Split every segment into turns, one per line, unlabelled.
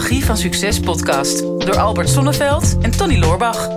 Psychologie van Succes podcast door Albert Sonneveld en Tony Loorbach.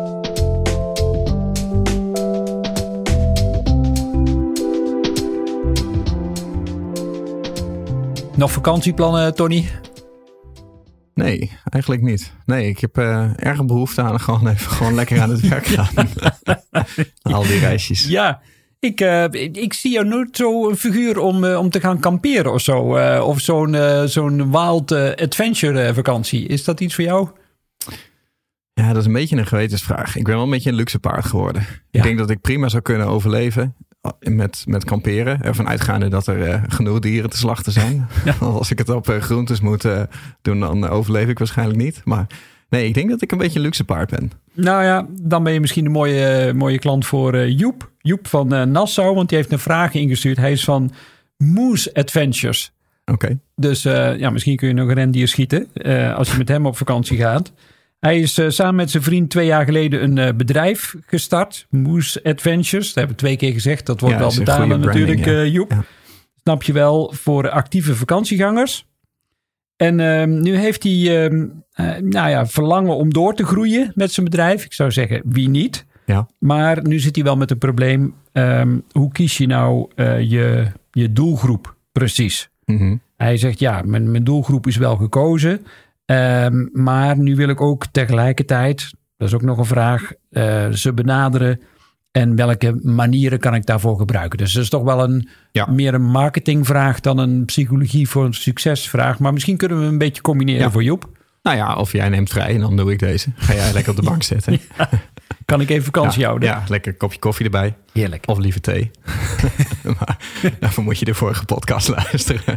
Nog vakantieplannen, Tony?
Nee, eigenlijk niet. Nee, ik heb erg behoefte aan gewoon lekker aan het werk gaan. Al die reisjes.
Ja, ik zie jou nooit zo een figuur om te gaan kamperen of zo. Of zo'n wild adventure vakantie. Is dat iets voor jou?
Ja, dat is een beetje een gewetensvraag. Ik ben wel een beetje een luxe paard geworden. Ja. Ik denk dat ik prima zou kunnen overleven met kamperen. Ervan uitgaande dat er genoeg dieren te slachten zijn. Ja. Als ik het op groentes moet doen, dan overleef ik waarschijnlijk niet. Maar nee, ik denk dat ik een beetje een luxe paard ben.
Nou ja, dan ben je misschien een mooie klant voor Joep. Joep van Nassau, want die heeft een vraag ingestuurd. Hij is van Moose Adventures.
Oké.
Dus misschien kun je nog een rendier schieten als je met hem op vakantie gaat. Hij is samen met zijn vriend 2 jaar geleden een bedrijf gestart. Moose Adventures. Dat hebben we 2 keer gezegd. Dat wordt wel betalen natuurlijk, Joep. Ja. Snap je wel, voor actieve vakantiegangers. En nu heeft hij verlangen om door te groeien met zijn bedrijf. Ik zou zeggen, wie niet? Ja. Maar nu zit hij wel met een probleem. Hoe kies je nou je doelgroep precies? Mm-hmm. Hij zegt, ja, mijn doelgroep is wel gekozen. Maar nu wil ik ook tegelijkertijd, dat is ook nog een vraag, ze benaderen. En welke manieren kan ik daarvoor gebruiken? Dus dat is toch wel meer een marketingvraag dan een psychologie voor een succesvraag. Maar misschien kunnen we een beetje combineren voor Joep.
Nou ja, of jij neemt vrij en dan doe ik deze. Ga jij lekker op de bank zitten.
Ja. Kan ik even vakantie houden?
Ja, lekker een kopje koffie erbij.
Heerlijk.
Of liever thee. Maar daarvoor moet je de vorige podcast luisteren.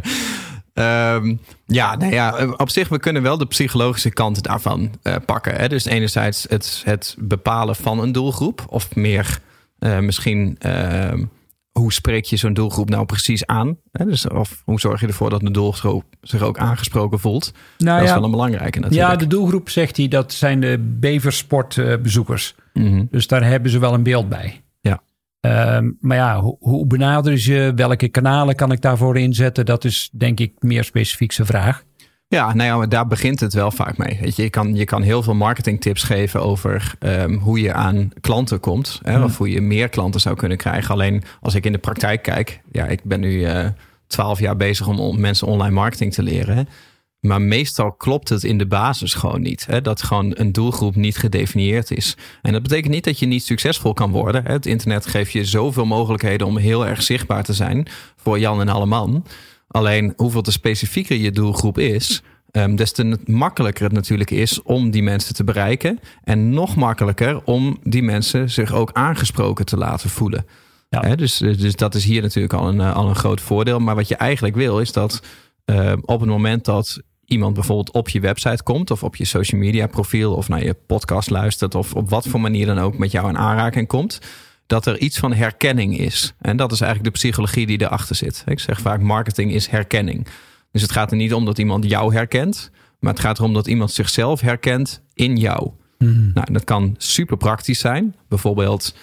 Op zich, we kunnen wel de psychologische kant daarvan pakken. Hè? Dus enerzijds het bepalen van een doelgroep. Of meer misschien hoe spreek je zo'n doelgroep nou precies aan? Hè? Dus, of hoe zorg je ervoor dat de doelgroep zich ook aangesproken voelt? Nou, dat is wel een belangrijke natuurlijk.
Ja, de doelgroep, zegt hij, dat zijn de beversportbezoekers. Mm-hmm. Dus daar hebben ze wel een beeld bij. Maar ja, hoe benaderen ze? Welke kanalen kan ik daarvoor inzetten? Dat is denk ik meer specifiek zijn vraag.
Ja, maar daar begint het wel vaak mee. Weet je kan heel veel marketingtips geven over hoe je aan klanten komt. Of hoe je meer klanten zou kunnen krijgen. Alleen als ik in de praktijk kijk. Ja, ik ben nu 12 jaar bezig om mensen online marketing te leren. Maar meestal klopt het in de basis gewoon niet. Hè? Dat gewoon een doelgroep niet gedefinieerd is. En dat betekent niet dat je niet succesvol kan worden. Het internet geeft je zoveel mogelijkheden om heel erg zichtbaar te zijn voor Jan en alle man. Alleen hoeveel te specifieker je doelgroep is, des te makkelijker het natuurlijk is om die mensen te bereiken. En nog makkelijker om die mensen zich ook aangesproken te laten voelen. Ja. Dus dat is hier natuurlijk al een groot voordeel. Maar wat je eigenlijk wil is dat op het moment dat iemand bijvoorbeeld op je website komt of op je social media profiel of naar je podcast luistert of op wat voor manier dan ook met jou in aanraking komt, dat er iets van herkenning is. En dat is eigenlijk de psychologie die erachter zit. Ik zeg vaak, marketing is herkenning. Dus het gaat er niet om dat iemand jou herkent, maar het gaat erom dat iemand zichzelf herkent in jou. Mm. Nou, dat kan super praktisch zijn. Bijvoorbeeld,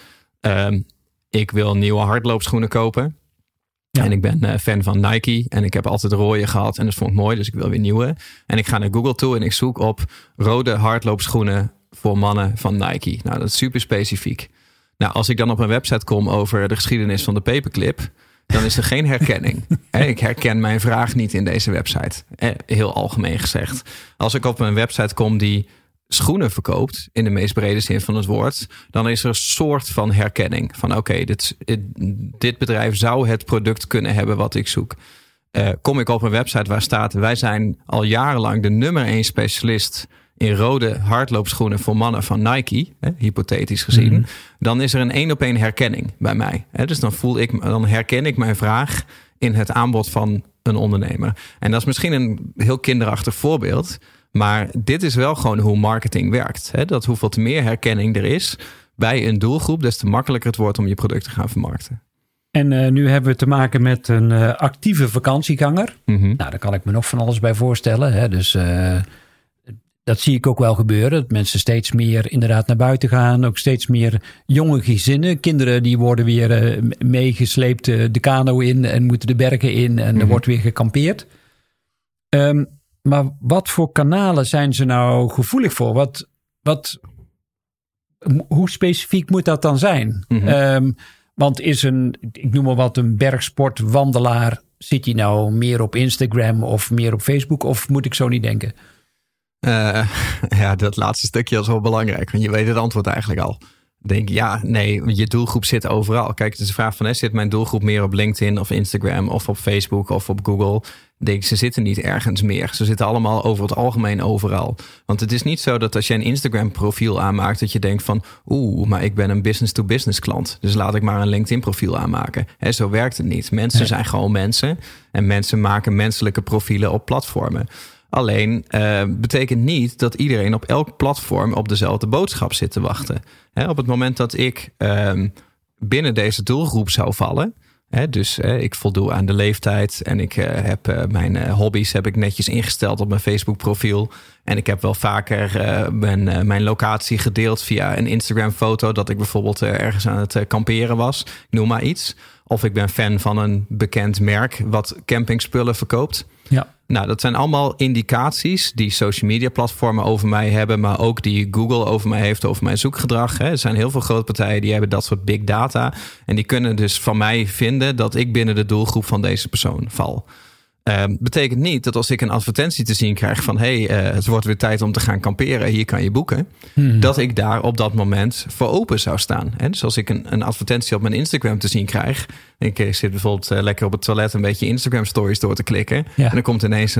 ik wil nieuwe hardloopschoenen kopen. Ja. En ik ben fan van Nike en ik heb altijd rode gehad en dat vond ik mooi, dus ik wil weer nieuwe. En ik ga naar Google toe en ik zoek op rode hardloopschoenen voor mannen van Nike. Nou, dat is super specifiek. Nou, als ik dan op een website kom over de geschiedenis van de paperclip, dan is er geen herkenning. Ik herken mijn vraag niet in deze website. Heel algemeen gezegd. Als ik op een website kom die schoenen verkoopt, in de meest brede zin van het woord, dan is er een soort van herkenning. Van oké, dit bedrijf zou het product kunnen hebben wat ik zoek. Kom ik op een website waar staat, wij zijn al jarenlang de nummer 1 specialist in rode hardloopschoenen voor mannen van Nike, hypothetisch gezien, mm-hmm. Dan is er een 1-op-1 herkenning bij mij. Dus dan herken ik mijn vraag in het aanbod van een ondernemer. En dat is misschien een heel kinderachtig voorbeeld, maar dit is wel gewoon hoe marketing werkt. Dat hoeveel te meer herkenning er is bij een doelgroep, des te makkelijker het wordt om je product te gaan vermarkten.
En nu hebben we te maken met een actieve vakantieganger. Mm-hmm. Nou, daar kan ik me nog van alles bij voorstellen. Dus dat zie ik ook wel gebeuren. Dat mensen steeds meer inderdaad naar buiten gaan. Ook steeds meer jonge gezinnen. Kinderen die worden weer meegesleept de kano in en moeten de bergen in. En er wordt weer gekampeerd. Maar wat voor kanalen zijn ze nou gevoelig voor? Hoe specifiek moet dat dan zijn? Mm-hmm. Want ik noem maar wat, een bergsportwandelaar, zit hij nou meer op Instagram of meer op Facebook? Of moet ik zo niet denken?
Dat laatste stukje is wel belangrijk. Want je weet het antwoord eigenlijk al. Denk je doelgroep zit overal. Kijk, het is de vraag van, zit mijn doelgroep meer op LinkedIn of Instagram of op Facebook of op Google? Ze zitten niet ergens meer. Ze zitten allemaal over het algemeen overal. Want het is niet zo dat als je een Instagram profiel aanmaakt, dat je denkt van, maar ik ben een business-to-business klant. Dus laat ik maar een LinkedIn profiel aanmaken. Zo werkt het niet. Mensen zijn gewoon mensen. En mensen maken menselijke profielen op platformen. Alleen betekent niet dat iedereen op elk platform op dezelfde boodschap zit te wachten. Op het moment dat ik binnen deze doelgroep zou vallen, dus ik voldoe aan de leeftijd en ik heb mijn hobby's heb ik netjes ingesteld op mijn Facebook profiel. En ik heb wel vaker mijn locatie gedeeld via een Instagram foto dat ik bijvoorbeeld ergens aan het kamperen was. Ik noem maar iets. Of ik ben fan van een bekend merk wat campingspullen verkoopt.
Ja.
Nou, dat zijn allemaal indicaties die social media platformen over mij hebben, maar ook die Google over mij heeft, over mijn zoekgedrag. Er zijn heel veel grote partijen die hebben dat soort big data. En die kunnen dus van mij vinden dat ik binnen de doelgroep van deze persoon val. Betekent niet dat als ik een advertentie te zien krijg van het wordt weer tijd om te gaan kamperen, hier kan je boeken, dat ik daar op dat moment voor open zou staan. Dus als ik een advertentie op mijn Instagram te zien krijg, ik zit bijvoorbeeld lekker op het toilet een beetje Instagram stories door te klikken, en dan komt ineens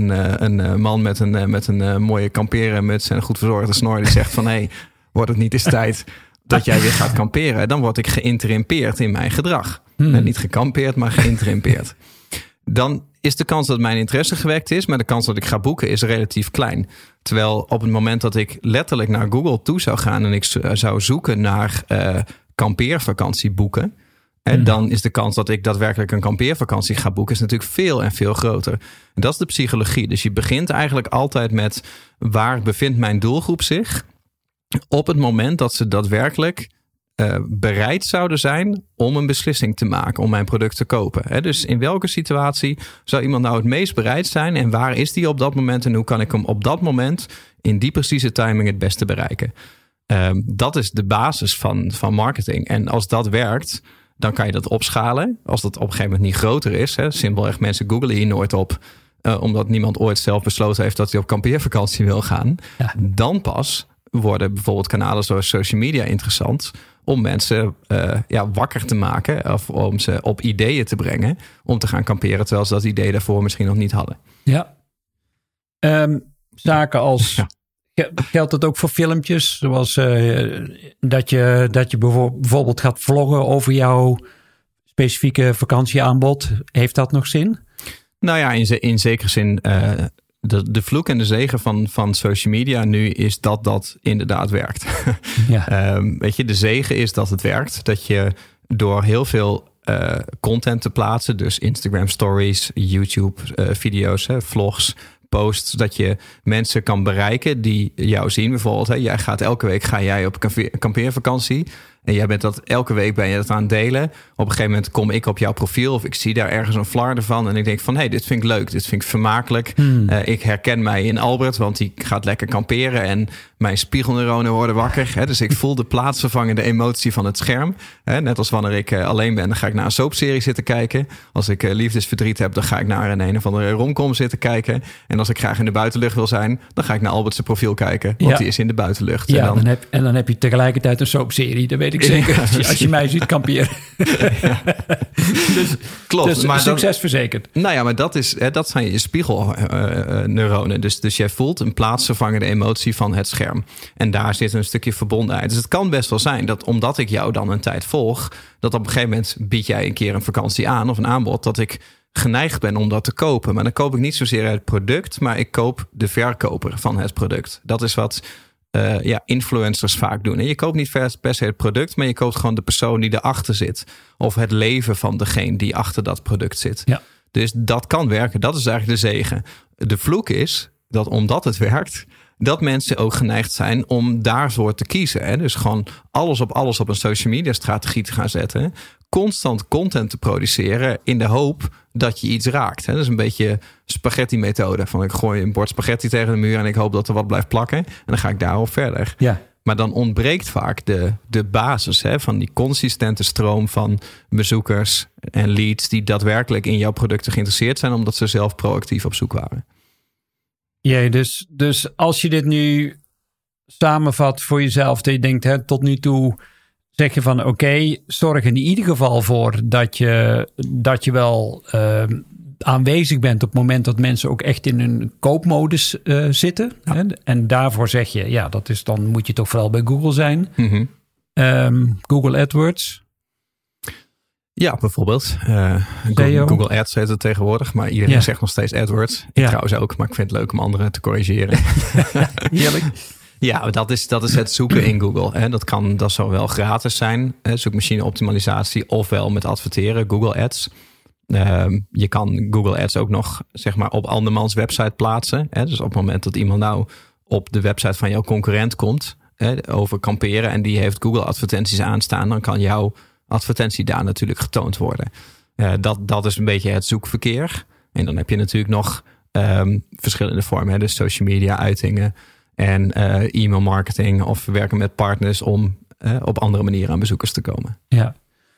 een man met een mooie kamperenmuts en een goed verzorgde snor die zegt van wordt het niet eens tijd dat jij weer gaat kamperen? Dan word ik geïnterrumpeerd in mijn gedrag. Niet gekampeerd, maar geïnterrumpeerd. Dan is de kans dat mijn interesse gewekt is, maar de kans dat ik ga boeken is relatief klein. Terwijl op het moment dat ik letterlijk naar Google toe zou gaan en ik zou zoeken naar kampeervakantie boeken, dan is de kans dat ik daadwerkelijk een kampeervakantie ga boeken is natuurlijk veel en veel groter. En dat is de psychologie. Dus je begint eigenlijk altijd met waar bevindt mijn doelgroep zich op het moment dat ze daadwerkelijk bereid zouden zijn om een beslissing te maken om mijn product te kopen. Dus in welke situatie zou iemand nou het meest bereid zijn en waar is die op dat moment en hoe kan ik hem op dat moment in die precieze timing het beste bereiken? Dat is de basis van marketing. En als dat werkt, dan kan je dat opschalen. Als dat op een gegeven moment niet groter is, simpelweg mensen googlen hier nooit op, omdat niemand ooit zelf besloten heeft dat hij op kampeervakantie wil gaan. Ja. Dan pas worden bijvoorbeeld kanalen zoals social media interessant om mensen wakker te maken of om ze op ideeën te brengen om te gaan kamperen, terwijl ze dat idee daarvoor misschien nog niet hadden.
Ja. Zaken als... Ja. Geldt dat ook voor filmpjes? Zoals dat je bijvoorbeeld gaat vloggen over jouw specifieke vakantieaanbod. Heeft dat nog zin?
Nou ja, in zekere zin... De vloek en de zegen van social media nu is dat inderdaad werkt. Ja. De zegen is dat het werkt. Dat je door heel veel content te plaatsen, dus Instagram stories, YouTube video's, vlogs, posts, dat je mensen kan bereiken die jou zien. Bijvoorbeeld, elke week op kampeervakantie. En jij bent elke week ben je dat aan het delen. Op een gegeven moment kom ik op jouw profiel of ik zie daar ergens een flarden van. En ik denk van, dit vind ik leuk. Dit vind ik vermakelijk. Ik herken mij in Albert, want die gaat lekker kamperen. En mijn spiegelneuronen worden wakker. Dus ik voel de plaatsvervangende emotie van het scherm. Net als wanneer ik alleen ben, dan ga ik naar een soapserie zitten kijken. Als ik liefdesverdriet heb, dan ga ik naar een of andere romcom zitten kijken. En als ik graag in de buitenlucht wil zijn, dan ga ik naar Albert's profiel kijken. Want die is in de buitenlucht.
Ja, dan heb je tegelijkertijd een soapserie. Dat weet ik zeker. Ja, als je mij ziet kamperen. Ja. Klopt. Dus maar succes verzekerd.
Nou ja, maar dat zijn je spiegelneuronen. Dus jij voelt een plaatsvervangende emotie van het scherm. En daar zit een stukje verbondenheid. Dus het kan best wel zijn dat omdat ik jou dan een tijd volg, dat op een gegeven moment bied jij een keer een vakantie aan of een aanbod, dat ik geneigd ben om dat te kopen. Maar dan koop ik niet zozeer het product, maar ik koop de verkoper van het product. Dat is wat influencers vaak doen. En je koopt niet per se het product, maar je koopt gewoon de persoon die erachter zit. Of het leven van degene die achter dat product zit. Ja. Dus dat kan werken. Dat is eigenlijk de zegen. De vloek is dat omdat het werkt, dat mensen ook geneigd zijn om daarvoor te kiezen. Dus gewoon alles op een social media strategie te gaan zetten. constant content te produceren in de hoop dat je iets raakt. Dat is een beetje spaghetti-methode. Van ik gooi een bord spaghetti tegen de muur en ik hoop dat er wat blijft plakken. En dan ga ik daarop verder.
Ja.
Maar dan ontbreekt vaak de basis van die consistente stroom van bezoekers en leads die daadwerkelijk in jouw producten geïnteresseerd zijn, omdat ze zelf proactief op zoek waren.
Ja, dus als je dit nu samenvat voor jezelf, dat je denkt, tot nu toe zeg je van oké, zorg er in ieder geval voor dat je wel aanwezig bent op het moment dat mensen ook echt in een koopmodus zitten. Ja. Hè? En daarvoor zeg je, dan moet je toch vooral bij Google zijn. Mm-hmm. Google AdWords.
Ja, bijvoorbeeld. Google Ads heet het tegenwoordig, maar iedereen zegt nog steeds AdWords. Ik trouwens ook, maar ik vind het leuk om anderen te corrigeren.
Heerlijk.
Ja, dat is het zoeken in Google. Hè. Dat zal wel gratis zijn, zoekmachine optimalisatie, ofwel met adverteren, Google Ads. Je kan Google Ads ook nog zeg maar op andermans website plaatsen. Hè. Dus op het moment dat iemand nou op de website van jouw concurrent komt, over kamperen en die heeft Google advertenties aanstaan, dan kan jouw advertentie daar natuurlijk getoond worden. Dat is een beetje het zoekverkeer. En dan heb je natuurlijk nog verschillende vormen. Hè. Dus social media uitingen en e-mail marketing of werken met partners om op andere manieren aan bezoekers te komen.
Ja.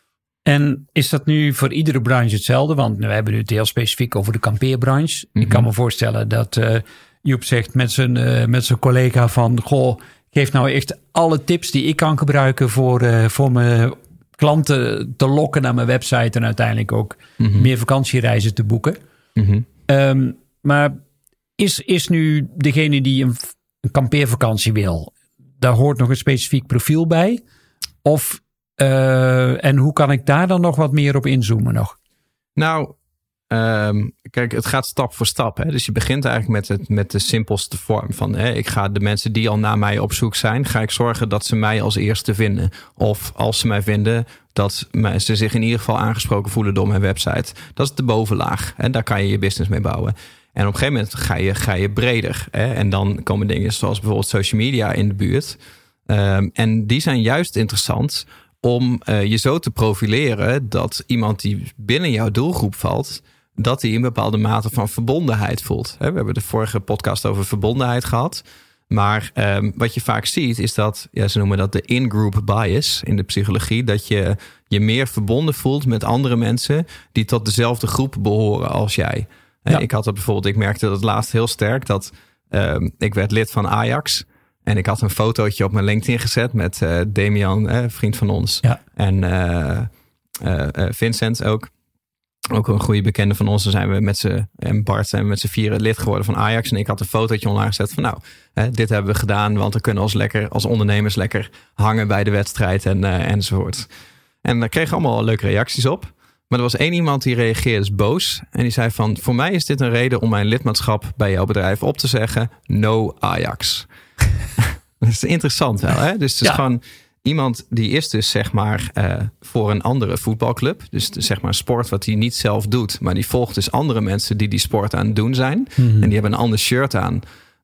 En is dat nu voor iedere branche hetzelfde? Want we hebben nu het heel specifiek over de kampeerbranche. Mm-hmm. Ik kan me voorstellen dat Joep zegt met zijn collega van, goh, geef nou echt alle tips die ik kan gebruiken voor mijn klanten te lokken naar mijn website en uiteindelijk ook meer vakantiereizen te boeken. Mm-hmm. Maar is nu degene die een kampeervakantie wil, daar hoort nog een specifiek profiel bij? Of en hoe kan ik daar dan nog wat meer op inzoomen nog?
Nou, kijk, het gaat stap voor stap. Hè? Dus je begint eigenlijk met de simpelste vorm van, ik ga de mensen die al naar mij op zoek zijn, ga ik zorgen dat ze mij als eerste vinden. Of als ze mij vinden, dat ze zich in ieder geval aangesproken voelen door mijn website. Dat is de bovenlaag. En daar kan je je business mee bouwen. En op een gegeven moment ga je breder. Hè? En dan komen dingen zoals bijvoorbeeld social media in de buurt. En die zijn juist interessant om je zo te profileren dat iemand die binnen jouw doelgroep valt, dat hij een bepaalde mate van verbondenheid voelt. We hebben de vorige podcast over verbondenheid gehad. Maar wat je vaak ziet is dat, ze noemen dat de in-group bias in de psychologie, dat je je meer verbonden voelt met andere mensen die tot dezelfde groep behoren als jij. Ja. Ik merkte dat laatst heel sterk dat ik werd lid van Ajax. En ik had een fotootje op mijn LinkedIn gezet met Damian, vriend van ons. Ja. En Vincent ook. Ook een goede bekende van ons. Dan zijn we met z'n, en Bart zijn we met z'n vieren lid geworden van Ajax. En ik had een fotootje online gezet van dit hebben we gedaan. Want dan kunnen we als ondernemers lekker hangen bij de wedstrijd enzovoort. En daar kregen allemaal leuke reacties op. Maar er was één iemand die reageerde dus boos. En die zei van, voor mij is dit een reden om mijn lidmaatschap bij jouw bedrijf op te zeggen. No Ajax. Dat is interessant wel, hè? Dus het is gewoon iemand die is dus zeg maar voor een andere voetbalclub. Dus zeg maar een sport wat hij niet zelf doet. Maar die volgt dus andere mensen die sport aan het doen zijn. Mm-hmm. En die hebben een ander shirt aan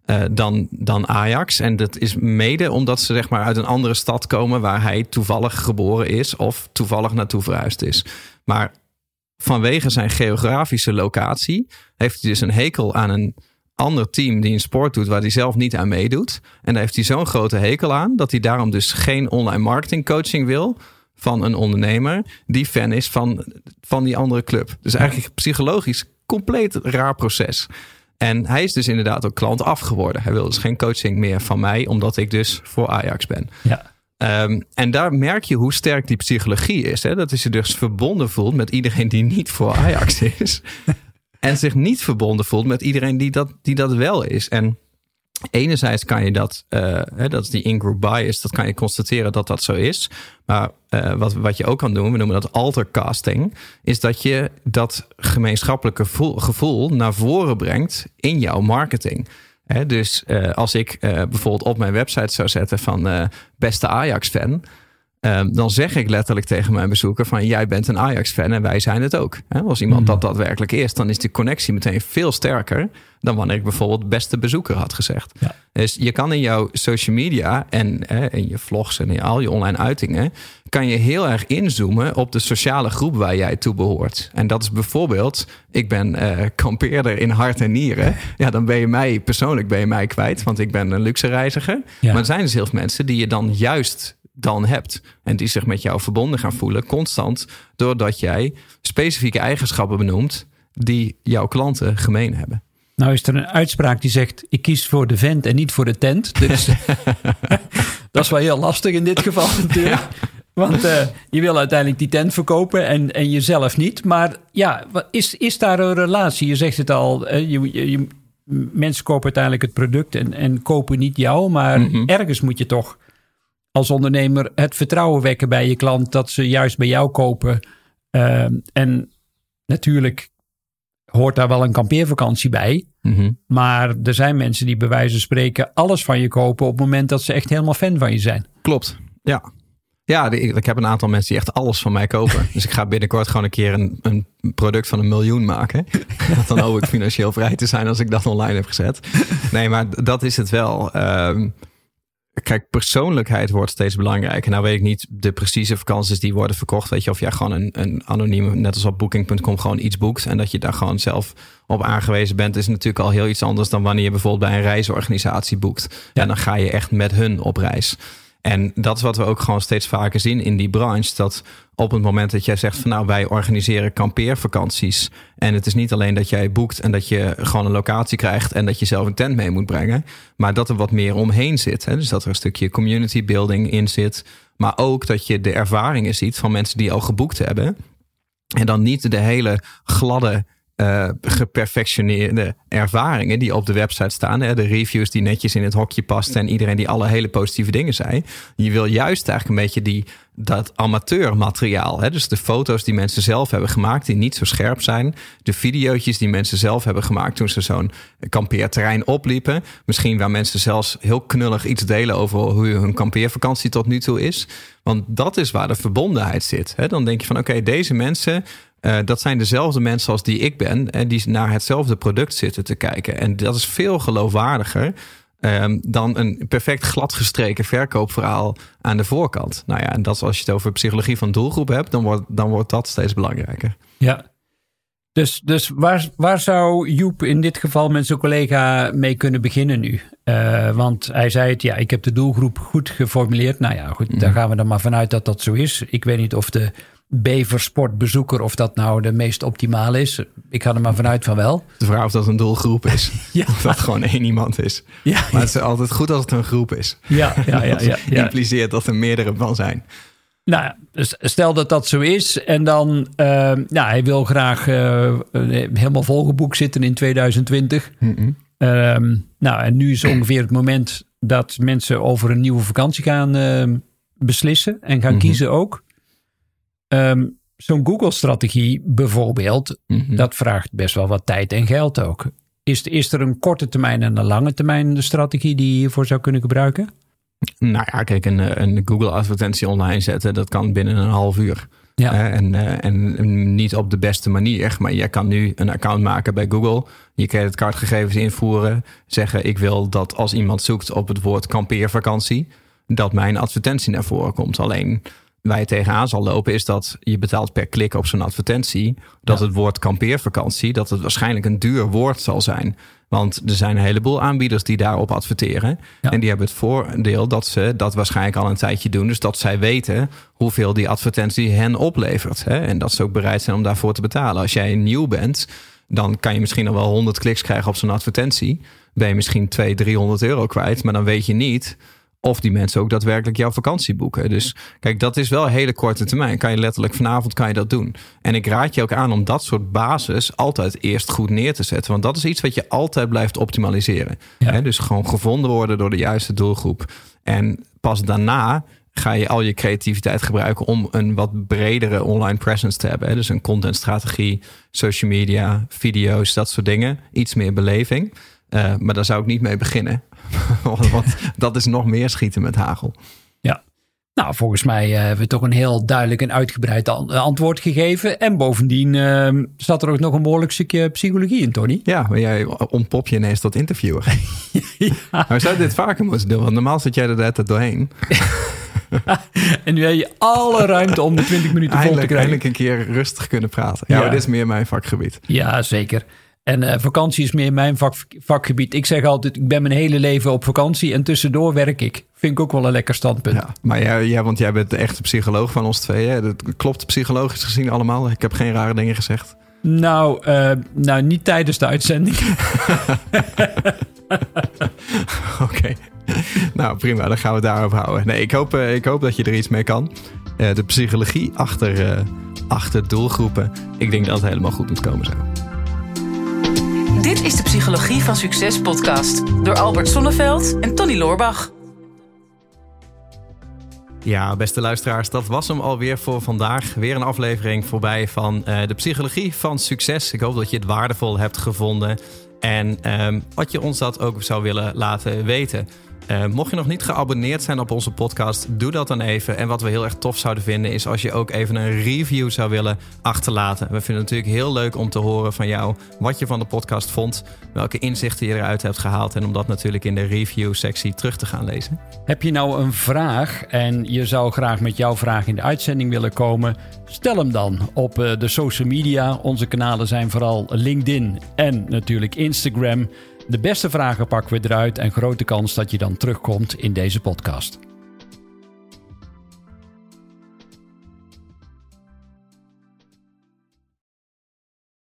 dan Ajax. En dat is mede omdat ze zeg maar uit een andere stad komen waar hij toevallig geboren is of toevallig naartoe verhuisd is. Maar vanwege zijn geografische locatie heeft hij dus een hekel aan een ander team die een sport doet waar hij zelf niet aan meedoet. En daar heeft hij zo'n grote hekel aan dat hij daarom dus geen online marketing coaching wil van een ondernemer die fan is van die andere club. Dus eigenlijk psychologisch compleet raar proces. En hij is dus inderdaad ook klant af geworden. Hij wil dus geen coaching meer van mij, omdat ik dus voor Ajax ben. Ja. En daar merk je hoe sterk die psychologie is. Hè? Dat is je dus verbonden voelt met iedereen die niet voor Ajax is. En zich niet verbonden voelt met iedereen die dat wel is. En enerzijds kan je dat is die in-group bias, dat kan je constateren dat dat zo is. Maar wat je ook kan doen, we noemen dat altercasting, is dat je dat gemeenschappelijke gevoel naar voren brengt in jouw marketing. Dus als ik bijvoorbeeld op mijn website zou zetten van beste Ajax-fan, Dan zeg ik letterlijk tegen mijn bezoeker van jij bent een Ajax-fan en wij zijn het ook. Als iemand dat daadwerkelijk is, dan is die connectie meteen veel sterker dan wanneer ik bijvoorbeeld beste bezoeker had gezegd. Ja. Dus je kan in jouw social media en in je vlogs en in al je online uitingen, kan je heel erg inzoomen op de sociale groep waar jij toe behoort. En dat is bijvoorbeeld, ik ben kampeerder in hart en nieren. Ja, dan ben je mij persoonlijk kwijt, want ik ben een luxe reiziger. Ja. Maar er zijn dus heel veel mensen die je dan juist dan hebt. En die zich met jou verbonden gaan voelen, constant, doordat jij specifieke eigenschappen benoemt die jouw klanten gemeen hebben.
Nou is er een uitspraak die zegt, ik kies voor de vent en niet voor de tent. Dus dat is wel heel lastig in dit geval natuurlijk. Ja. Want je wil uiteindelijk die tent verkopen en jezelf niet. Maar ja, is daar een relatie? Je zegt het al, mensen kopen uiteindelijk het product en kopen niet jou. Maar ergens moet je toch als ondernemer het vertrouwen wekken bij je klant dat ze juist bij jou kopen. En natuurlijk hoort daar wel een kampeervakantie bij. Maar er zijn mensen die bij wijze van spreken alles van je kopen op het moment dat ze echt helemaal fan van je zijn.
Klopt, ja. Ja, ik heb een aantal mensen die echt alles van mij kopen. Dus ik ga binnenkort gewoon een keer een product van 1 miljoen maken. Dan hoop ik financieel vrij te zijn als ik dat online heb gezet. Nee, maar dat is het wel. Kijk, persoonlijkheid wordt steeds belangrijker. Nou weet ik niet de precieze vakanties die worden verkocht. Weet je, of jij gewoon een anoniem, net als op booking.com, gewoon iets boekt. En dat je daar gewoon zelf op aangewezen bent, is natuurlijk al heel iets anders dan wanneer je bijvoorbeeld bij een reisorganisatie boekt. Ja. En dan ga je echt met hun op reis. En dat is wat we ook gewoon steeds vaker zien in die branche. Dat op het moment dat jij zegt van nou, wij organiseren kampeervakanties. En het is niet alleen dat jij boekt en dat je gewoon een locatie krijgt en dat je zelf een tent mee moet brengen. Maar dat er wat meer omheen zit. Hè? Dus dat er een stukje community building in zit. Maar ook dat je de ervaringen ziet van mensen die al geboekt hebben. En dan niet de hele gladde, geperfectioneerde ervaringen die op de website staan. Hè? De reviews die netjes in het hokje past en iedereen die alle hele positieve dingen zei. Je wil juist eigenlijk een beetje dat amateurmateriaal. Hè? Dus de foto's die mensen zelf hebben gemaakt die niet zo scherp zijn. De videootjes die mensen zelf hebben gemaakt toen ze zo'n kampeerterrein opliepen. Misschien waar mensen zelfs heel knullig iets delen over hoe hun kampeervakantie tot nu toe is. Want dat is waar de verbondenheid zit. Hè? Dan denk je van oké, deze mensen, dat zijn dezelfde mensen als die ik ben en die naar hetzelfde product zitten te kijken. En dat is veel geloofwaardiger dan een perfect gladgestreken verkoopverhaal aan de voorkant. Nou ja, en dat is als je het over psychologie van doelgroep hebt, dan wordt dat steeds belangrijker.
Ja. Dus waar zou Joep in dit geval met zijn collega mee kunnen beginnen nu? Want hij zei het, ja, ik heb de doelgroep goed geformuleerd. Nou ja, goed, daar gaan we dan maar vanuit dat dat zo is. Ik weet niet of de beversportbezoeker, of dat nou de meest optimale is. Ik ga er maar vanuit van wel.
De vraag of dat een doelgroep is. Ja. Of dat gewoon 1 iemand is. Ja. Maar het is altijd goed als het een groep is.
Ja.
Impliceert dat er meerdere van zijn.
Nou ja, dus stel dat dat zo is. En dan, hij wil graag helemaal volgeboekt zitten in 2020. En nu is ongeveer het moment dat mensen over een nieuwe vakantie gaan beslissen. En gaan kiezen ook. Zo'n Google-strategie bijvoorbeeld, dat vraagt best wel wat tijd en geld ook. Is er een korte termijn en een lange termijn strategie die je hiervoor zou kunnen gebruiken?
Nou ja, kijk, een Google-advertentie online zetten, dat kan binnen een half uur. Ja. En niet op de beste manier. Maar jij kan nu een account maken bij Google, je creditcardgegevens invoeren, zeggen ik wil dat als iemand zoekt op het woord kampeervakantie, dat mijn advertentie naar voren komt. Alleen waar je tegenaan zal lopen is dat je betaalt per klik op zo'n advertentie. Dat het woord kampeervakantie, dat het waarschijnlijk een duur woord zal zijn. Want er zijn een heleboel aanbieders die daarop adverteren. Ja. En die hebben het voordeel dat ze dat waarschijnlijk al een tijdje doen. Dus dat zij weten hoeveel die advertentie hen oplevert. Hè? En dat ze ook bereid zijn om daarvoor te betalen. Als jij nieuw bent, dan kan je misschien al wel 100 kliks krijgen op zo'n advertentie. Ben je misschien 200-300 euro kwijt. Maar dan weet je niet of die mensen ook daadwerkelijk jouw vakantie boeken. Dus kijk, dat is wel een hele korte termijn. Kan je letterlijk vanavond kan je dat doen. En ik raad je ook aan om dat soort basis altijd eerst goed neer te zetten. Want dat is iets wat je altijd blijft optimaliseren. Ja. Dus gewoon gevonden worden door de juiste doelgroep. En pas daarna ga je al je creativiteit gebruiken om een wat bredere online presence te hebben. Dus een contentstrategie, social media, video's, dat soort dingen. Iets meer beleving. Maar daar zou ik niet mee beginnen. Want dat is nog meer schieten met hagel.
Ja. Nou, volgens mij hebben we toch een heel duidelijk en uitgebreid antwoord gegeven. En bovendien zat er ook nog een behoorlijk stukje psychologie in, Tony.
Ja, maar jij ontpop je ineens tot interviewer. Ja. Maar zou dit vaker moeten doen? Want normaal zit jij er net doorheen.
En nu heb je alle ruimte om de 20 minuten vol te krijgen.
Eindelijk een keer rustig kunnen praten. Ja, maar dit is meer mijn vakgebied.
Ja, zeker. En vakantie is meer mijn vakgebied. Ik zeg altijd, ik ben mijn hele leven op vakantie en tussendoor werk ik. Vind ik ook wel een lekker standpunt. Ja,
maar want jij bent de echte psycholoog van ons twee. Hè? Dat klopt psychologisch gezien allemaal. Ik heb geen rare dingen gezegd.
Nou, niet tijdens de uitzending.
Oké. Nou, prima. Dan gaan we het daarop houden. Nee, ik hoop dat je er iets mee kan. De psychologie achter doelgroepen. Ik denk dat het helemaal goed moet komen zo.
Dit is de Psychologie van Succes podcast door Albert Sonneveld en Tony Loorbach.
Ja, beste luisteraars, dat was hem alweer voor vandaag. Weer een aflevering voorbij van de Psychologie van Succes. Ik hoop dat je het waardevol hebt gevonden en wat je ons dat ook zou willen laten weten. Mocht je nog niet geabonneerd zijn op onze podcast, doe dat dan even. En wat we heel erg tof zouden vinden is als je ook even een review zou willen achterlaten. We vinden het natuurlijk heel leuk om te horen van jou wat je van de podcast vond, welke inzichten je eruit hebt gehaald en om dat natuurlijk in de review-sectie terug te gaan lezen.
Heb je nou een vraag en je zou graag met jouw vraag in de uitzending willen komen? Stel hem dan op de social media. Onze kanalen zijn vooral LinkedIn en natuurlijk Instagram. De beste vragen pakken we eruit en grote kans dat je dan terugkomt in deze podcast.